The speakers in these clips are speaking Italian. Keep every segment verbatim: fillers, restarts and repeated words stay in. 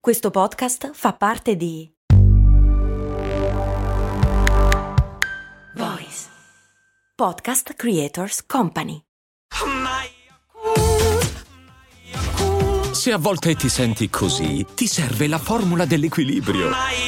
Questo podcast fa parte di Voice Podcast Creators Company. Se a volte ti senti così, ti serve la formula dell'equilibrio.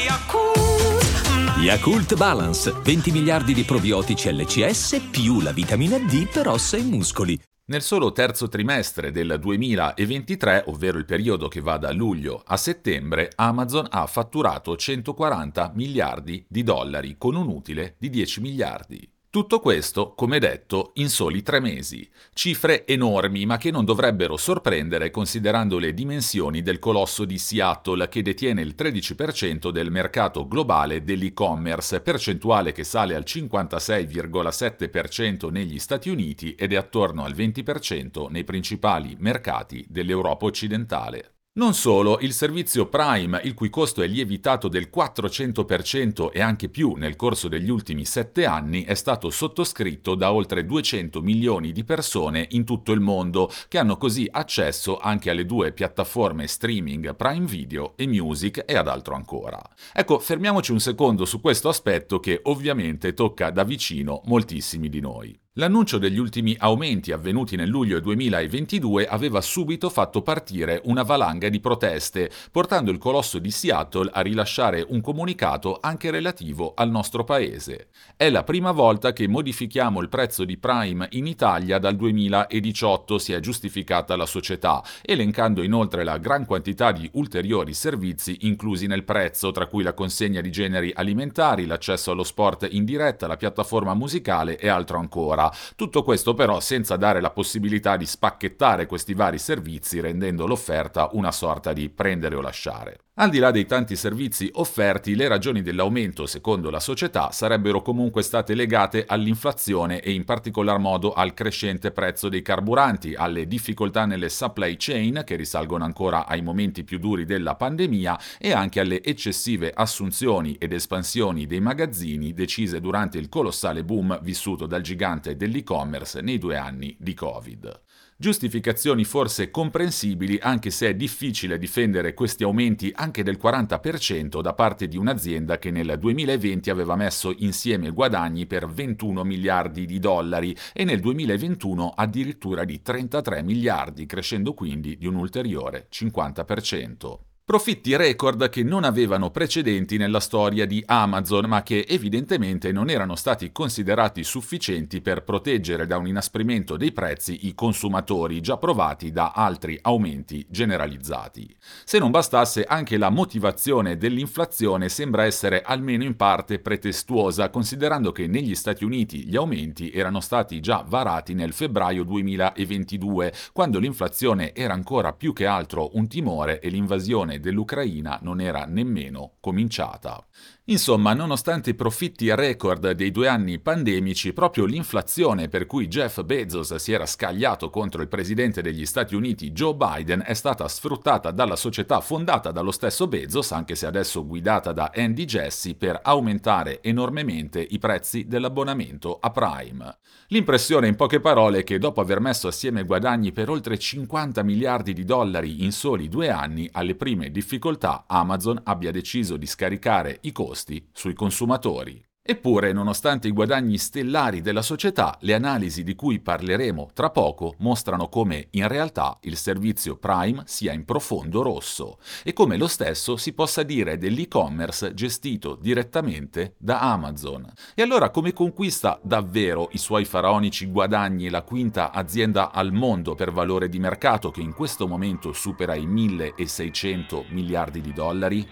Yakult Balance, venti miliardi di probiotici L C S più la vitamina D per ossa e muscoli. Nel solo terzo trimestre del duemilaventitré, ovvero il periodo che va da luglio a settembre, Amazon ha fatturato centoquaranta miliardi di dollari con un utile di dieci miliardi. Tutto questo, come detto, in soli tre mesi. Cifre enormi, ma che non dovrebbero sorprendere considerando le dimensioni del colosso di Seattle che detiene il tredici per cento del mercato globale dell'e-commerce, percentuale che sale al cinquantasei virgola sette per cento negli Stati Uniti ed è attorno al venti per cento nei principali mercati dell'Europa occidentale. Non solo, il servizio Prime, il cui costo è lievitato del quattrocento per cento e anche più nel corso degli ultimi sette anni, è stato sottoscritto da oltre duecento milioni di persone in tutto il mondo, che hanno così accesso anche alle due piattaforme streaming Prime Video e Music e ad altro ancora. Ecco, fermiamoci un secondo su questo aspetto che ovviamente tocca da vicino moltissimi di noi. L'annuncio degli ultimi aumenti avvenuti nel luglio duemilaventidue aveva subito fatto partire una valanga di proteste, portando il colosso di Seattle a rilasciare un comunicato anche relativo al nostro paese. È la prima volta che modifichiamo il prezzo di Prime in Italia dal duemiladiciotto, si è giustificata la società, elencando inoltre la gran quantità di ulteriori servizi inclusi nel prezzo, tra cui la consegna di generi alimentari, l'accesso allo sport in diretta, la piattaforma musicale e altro ancora. Tutto questo però senza dare la possibilità di spacchettare questi vari servizi, rendendo l'offerta una sorta di prendere o lasciare. Al di là dei tanti servizi offerti, le ragioni dell'aumento, secondo la società, sarebbero comunque state legate all'inflazione e in particolar modo al crescente prezzo dei carburanti, alle difficoltà nelle supply chain che risalgono ancora ai momenti più duri della pandemia e anche alle eccessive assunzioni ed espansioni dei magazzini decise durante il colossale boom vissuto dal gigante dell'e-commerce nei due anni di Covid. Giustificazioni forse comprensibili, anche se è difficile difendere questi aumenti anche del quaranta per cento da parte di un'azienda che nel duemilaventi aveva messo insieme guadagni per ventuno miliardi di dollari e nel duemilaventuno addirittura di trentatré miliardi, crescendo quindi di un ulteriore cinquanta per cento. Profitti record che non avevano precedenti nella storia di Amazon, ma che evidentemente non erano stati considerati sufficienti per proteggere da un inasprimento dei prezzi i consumatori, già provati da altri aumenti generalizzati. Se non bastasse, anche la motivazione dell'inflazione sembra essere almeno in parte pretestuosa, considerando che negli Stati Uniti gli aumenti erano stati già varati nel febbraio duemilaventidue, quando l'inflazione era ancora più che altro un timore e l'invasione dell'Ucraina non era nemmeno cominciata. Insomma, nonostante i profitti record dei due anni pandemici, proprio l'inflazione per cui Jeff Bezos si era scagliato contro il presidente degli Stati Uniti Joe Biden è stata sfruttata dalla società fondata dallo stesso Bezos, anche se adesso guidata da Andy Jassy, per aumentare enormemente i prezzi dell'abbonamento a Prime. L'impressione, in poche parole, è che dopo aver messo assieme guadagni per oltre cinquanta miliardi di dollari in soli due anni, alle prime difficoltà Amazon abbia deciso di scaricare i costi sui consumatori. Eppure, nonostante i guadagni stellari della società, le analisi di cui parleremo tra poco mostrano come in realtà il servizio Prime sia in profondo rosso e come lo stesso si possa dire dell'e-commerce gestito direttamente da Amazon. E allora come conquista davvero i suoi faraonici guadagni la quinta azienda al mondo per valore di mercato, che in questo momento supera i milleseicento miliardi di dollari?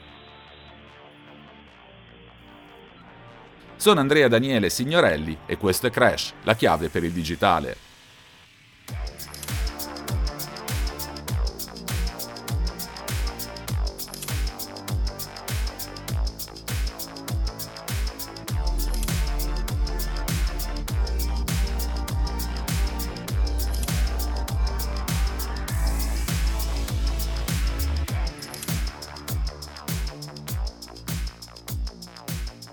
Sono Andrea Daniele Signorelli e questo è Crash, la chiave per il digitale.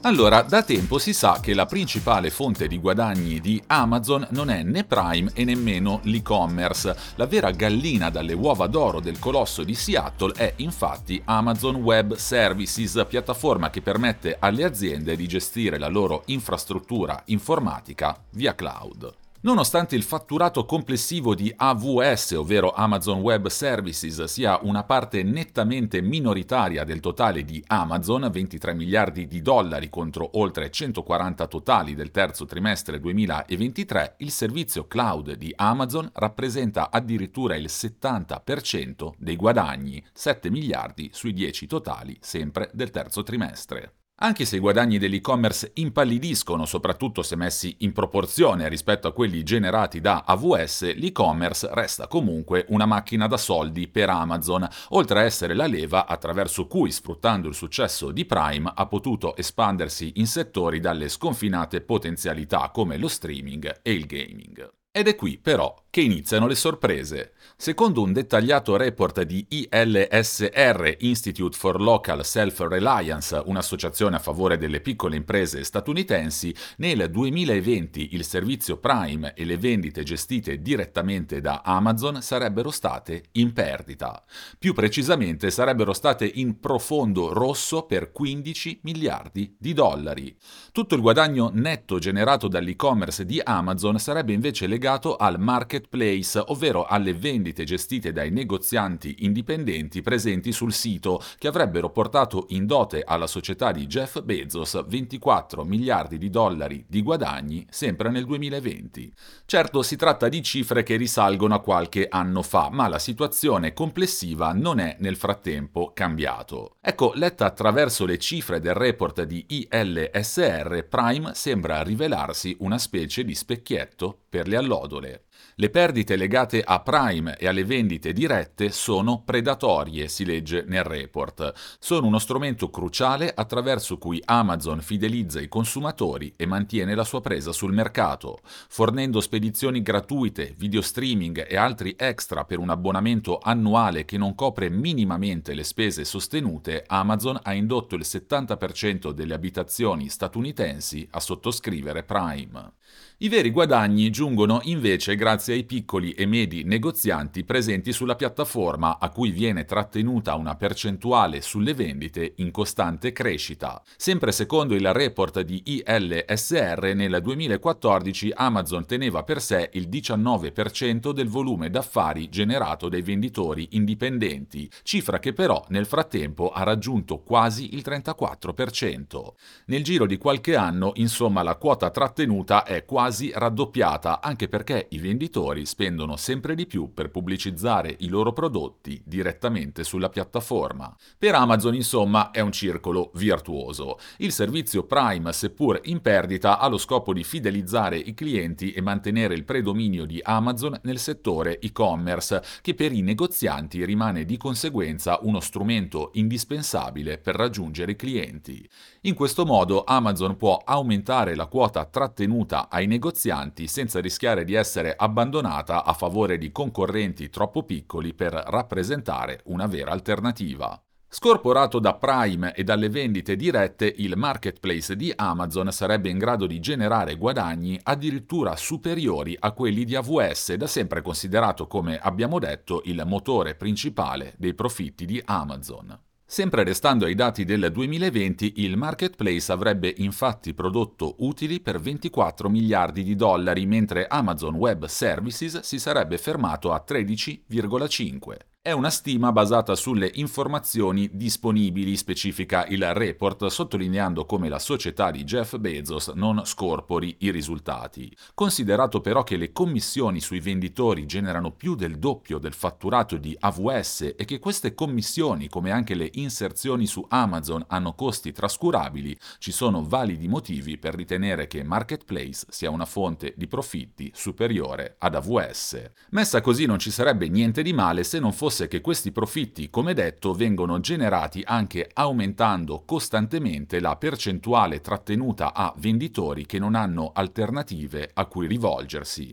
Allora, da tempo si sa che la principale fonte di guadagni di Amazon non è né Prime e nemmeno l'e-commerce. La vera gallina dalle uova d'oro del colosso di Seattle è infatti Amazon Web Services, piattaforma che permette alle aziende di gestire la loro infrastruttura informatica via cloud. Nonostante il fatturato complessivo di A W S, ovvero Amazon Web Services, sia una parte nettamente minoritaria del totale di Amazon, ventitré miliardi di dollari contro oltre centoquaranta totali del terzo trimestre duemilaventitré, il servizio cloud di Amazon rappresenta addirittura il settanta per cento dei guadagni, sette miliardi sui dieci totali, sempre del terzo trimestre. Anche se i guadagni dell'e-commerce impallidiscono, soprattutto se messi in proporzione rispetto a quelli generati da A W S, l'e-commerce resta comunque una macchina da soldi per Amazon, oltre a essere la leva attraverso cui, sfruttando il successo di Prime, ha potuto espandersi in settori dalle sconfinate potenzialità come lo streaming e il gaming. Ed è qui, però, che iniziano le sorprese. Secondo un dettagliato report di I L S R, Institute for Local Self-Reliance, un'associazione a favore delle piccole imprese statunitensi, nel duemilaventi il servizio Prime e le vendite gestite direttamente da Amazon sarebbero state in perdita. Più precisamente sarebbero state in profondo rosso per quindici miliardi di dollari. Tutto il guadagno netto generato dall'e-commerce di Amazon sarebbe invece legato al marketplace, ovvero alle vendite gestite dai negozianti indipendenti presenti sul sito, che avrebbero portato in dote alla società di Jeff Bezos ventiquattro miliardi di dollari di guadagni sempre nel duemilaventi. Certo, si tratta di cifre che risalgono a qualche anno fa, ma la situazione complessiva non è nel frattempo cambiato. Ecco, letta attraverso le cifre del report di I L S R, Prime sembra rivelarsi una specie di specchietto per le allodole. Le perdite legate a Prime e alle vendite dirette sono predatorie, si legge nel report. Sono uno strumento cruciale attraverso cui Amazon fidelizza i consumatori e mantiene la sua presa sul mercato. Fornendo spedizioni gratuite, video streaming e altri extra per un abbonamento annuale che non copre minimamente le spese sostenute, Amazon ha indotto il settanta per cento delle abitazioni statunitensi a sottoscrivere Prime. I veri guadagni giungono invece grazie ai piccoli e medi negozianti presenti sulla piattaforma, a cui viene trattenuta una percentuale sulle vendite in costante crescita. Sempre secondo il report di I L S R, nel duemilaquattordici Amazon teneva per sé il diciannove per cento del volume d'affari generato dai venditori indipendenti, cifra che però nel frattempo ha raggiunto quasi il trentaquattro per cento. Nel giro di qualche anno, insomma, la quota trattenuta è quasi raddoppiata, anche perché i venditori spendono sempre di più per pubblicizzare i loro prodotti direttamente sulla piattaforma. Per Amazon, insomma, è un circolo virtuoso. Il servizio Prime, seppur in perdita, ha lo scopo di fidelizzare i clienti e mantenere il predominio di Amazon nel settore e-commerce, che per i negozianti rimane di conseguenza uno strumento indispensabile per raggiungere i clienti. In questo modo Amazon può aumentare la quota trattenuta ai negozianti senza rischiare di essere abbandonata a favore di concorrenti troppo piccoli per rappresentare una vera alternativa. Scorporato da Prime e dalle vendite dirette, il marketplace di Amazon sarebbe in grado di generare guadagni addirittura superiori a quelli di A W S, da sempre considerato, come abbiamo detto, il motore principale dei profitti di Amazon. Sempre restando ai dati del duemilaventi, il marketplace avrebbe infatti prodotto utili per ventiquattro miliardi di dollari, mentre Amazon Web Services si sarebbe fermato a tredici virgola cinque. È una stima basata sulle informazioni disponibili, specifica il report, sottolineando come la società di Jeff Bezos non scorpori i risultati. Considerato però che le commissioni sui venditori generano più del doppio del fatturato di A W S e che queste commissioni, come anche le inserzioni su Amazon, hanno costi trascurabili, ci sono validi motivi per ritenere che Marketplace sia una fonte di profitti superiore ad A W S. Messa così non ci sarebbe niente di male se non fosse che questi profitti, come detto, vengono generati anche aumentando costantemente la percentuale trattenuta a venditori che non hanno alternative a cui rivolgersi.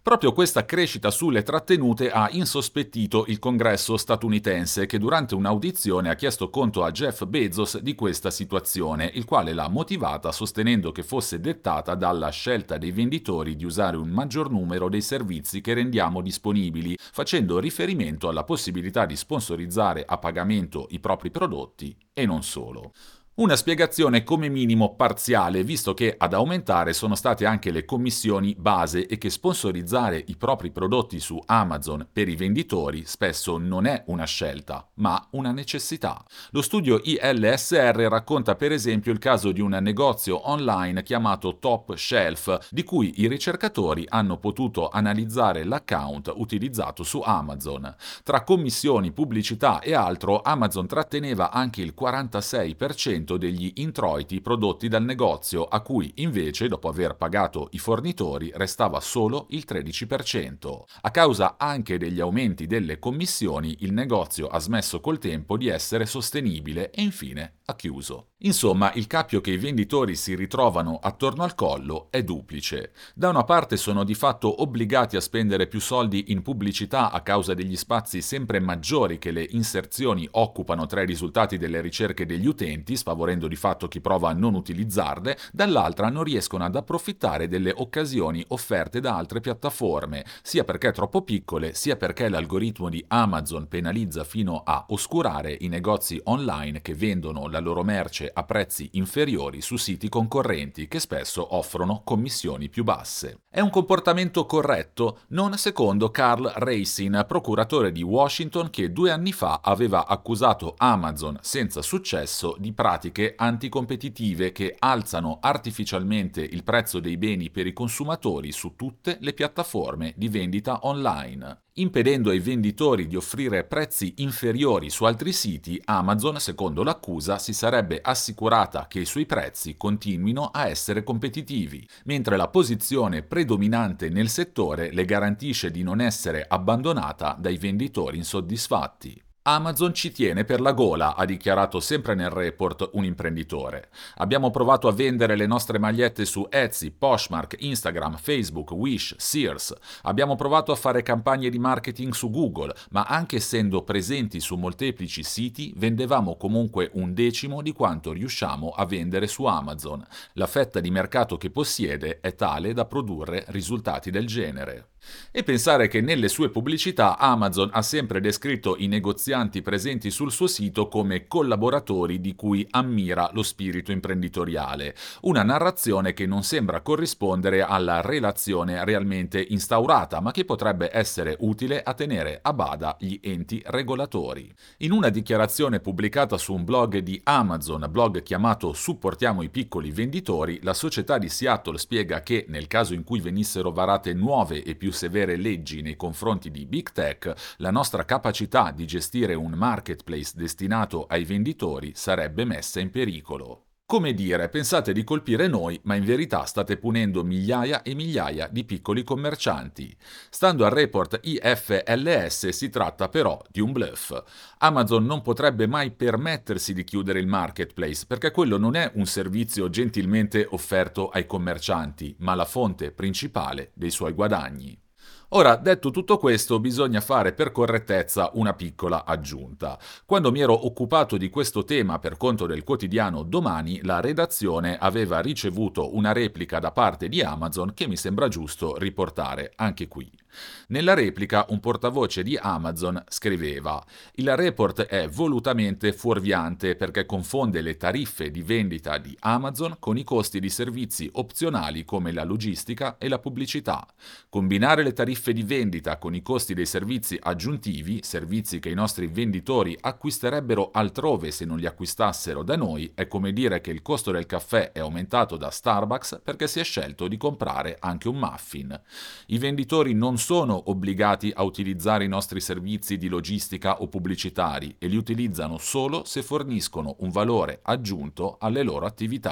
Proprio questa crescita sulle trattenute ha insospettito il Congresso statunitense, che durante un'audizione ha chiesto conto a Jeff Bezos di questa situazione, il quale l'ha motivata sostenendo che fosse dettata dalla scelta dei venditori di usare un maggior numero dei servizi che rendiamo disponibili, facendo riferimento alla possibilità di sponsorizzare a pagamento i propri prodotti e non solo. Una spiegazione come minimo parziale, visto che ad aumentare sono state anche le commissioni base e che sponsorizzare i propri prodotti su Amazon per i venditori spesso non è una scelta, ma una necessità. Lo studio I L S R racconta per esempio il caso di un negozio online chiamato Top Shelf, di cui i ricercatori hanno potuto analizzare l'account utilizzato su Amazon. Tra commissioni, pubblicità e altro, Amazon tratteneva anche il quarantasei per cento degli introiti prodotti dal negozio, a cui invece, dopo aver pagato i fornitori, restava solo il tredici per cento. A causa anche degli aumenti delle commissioni, il negozio ha smesso col tempo di essere sostenibile e infine ha chiuso. Insomma, il cappio che i venditori si ritrovano attorno al collo è duplice. Da una parte sono di fatto obbligati a spendere più soldi in pubblicità a causa degli spazi sempre maggiori che le inserzioni occupano tra i risultati delle ricerche degli utenti, favorendo di fatto chi prova a non utilizzarle, dall'altra non riescono ad approfittare delle occasioni offerte da altre piattaforme, sia perché troppo piccole, sia perché l'algoritmo di Amazon penalizza fino a oscurare i negozi online che vendono la loro merce a prezzi inferiori su siti concorrenti che spesso offrono commissioni più basse. È un comportamento corretto? Non secondo Carl Racine, procuratore di Washington, che due anni fa aveva accusato Amazon senza successo di pratiche anticompetitive che alzano artificialmente il prezzo dei beni per i consumatori su tutte le piattaforme di vendita online. Impedendo ai venditori di offrire prezzi inferiori su altri siti, Amazon, secondo l'accusa, si sarebbe assicurata che i suoi prezzi continuino a essere competitivi, mentre la posizione predominante nel settore le garantisce di non essere abbandonata dai venditori insoddisfatti. Amazon ci tiene per la gola, ha dichiarato sempre nel report un imprenditore. Abbiamo provato a vendere le nostre magliette su Etsy, Poshmark, Instagram, Facebook, Wish, Sears. Abbiamo provato a fare campagne di marketing su Google, ma anche essendo presenti su molteplici siti, vendevamo comunque un decimo di quanto riusciamo a vendere su Amazon. La fetta di mercato che possiede è tale da produrre risultati del genere. E pensare che nelle sue pubblicità Amazon ha sempre descritto i negozianti presenti sul suo sito come collaboratori di cui ammira lo spirito imprenditoriale, una narrazione che non sembra corrispondere alla relazione realmente instaurata, ma che potrebbe essere utile a tenere a bada gli enti regolatori. In una dichiarazione pubblicata su un blog di Amazon, blog chiamato Supportiamo i piccoli venditori, la società di Seattle spiega che, nel caso in cui venissero varate nuove e più severe leggi nei confronti di Big Tech, la nostra capacità di gestire un marketplace destinato ai venditori sarebbe messa in pericolo. Come dire, pensate di colpire noi, ma in verità state punendo migliaia e migliaia di piccoli commercianti. Stando al report I F L S si tratta però di un bluff. Amazon non potrebbe mai permettersi di chiudere il marketplace, perché quello non è un servizio gentilmente offerto ai commercianti, ma la fonte principale dei suoi guadagni. Ora, detto tutto questo, bisogna fare per correttezza una piccola aggiunta. Quando mi ero occupato di questo tema per conto del quotidiano Domani, la redazione aveva ricevuto una replica da parte di Amazon che mi sembra giusto riportare anche qui. Nella replica un portavoce di Amazon scriveva: «Il report è volutamente fuorviante perché confonde le tariffe di vendita di Amazon con i costi di servizi opzionali come la logistica e la pubblicità. Combinare le tariffe di vendita con i costi dei servizi aggiuntivi, servizi che i nostri venditori acquisterebbero altrove se non li acquistassero da noi, è come dire che il costo del caffè è aumentato da Starbucks perché si è scelto di comprare anche un muffin. I venditori non sono obbligati a utilizzare i nostri servizi di logistica o pubblicitari e li utilizzano solo se forniscono un valore aggiunto alle loro attività».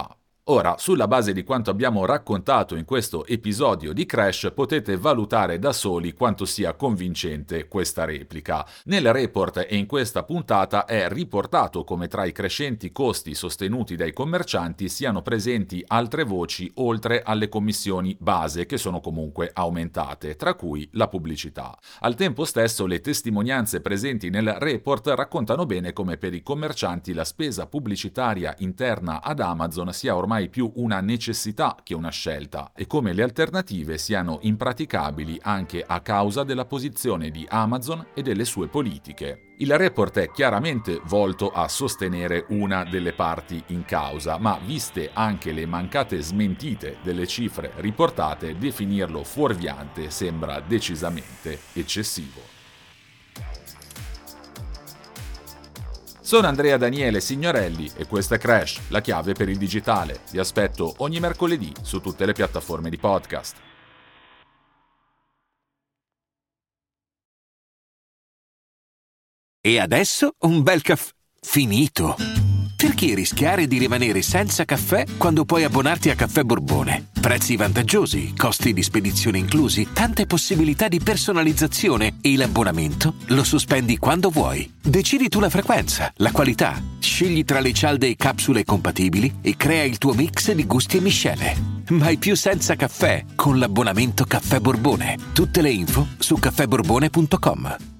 Ora, sulla base di quanto abbiamo raccontato in questo episodio di Crash, potete valutare da soli quanto sia convincente questa replica. Nel report e in questa puntata è riportato come tra i crescenti costi sostenuti dai commercianti siano presenti altre voci oltre alle commissioni base, che sono comunque aumentate, tra cui la pubblicità. Al tempo stesso, le testimonianze presenti nel report raccontano bene come per i commercianti la spesa pubblicitaria interna ad Amazon sia ormai più una necessità che una scelta e come le alternative siano impraticabili anche a causa della posizione di Amazon e delle sue politiche. Il report è chiaramente volto a sostenere una delle parti in causa, ma viste anche le mancate smentite delle cifre riportate, definirlo fuorviante sembra decisamente eccessivo. Sono Andrea Daniele Signorelli e questo è Crash, la chiave per il digitale. Vi aspetto ogni mercoledì su tutte le piattaforme di podcast. E adesso un bel caffè finito. Perché rischiare di rimanere senza caffè quando puoi abbonarti a Caffè Borbone? Prezzi vantaggiosi, costi di spedizione inclusi, tante possibilità di personalizzazione e l'abbonamento lo sospendi quando vuoi. Decidi tu la frequenza, la qualità, scegli tra le cialde e capsule compatibili e crea il tuo mix di gusti e miscele. Mai più senza caffè con l'abbonamento Caffè Borbone. Tutte le info su caffè borbone punto com.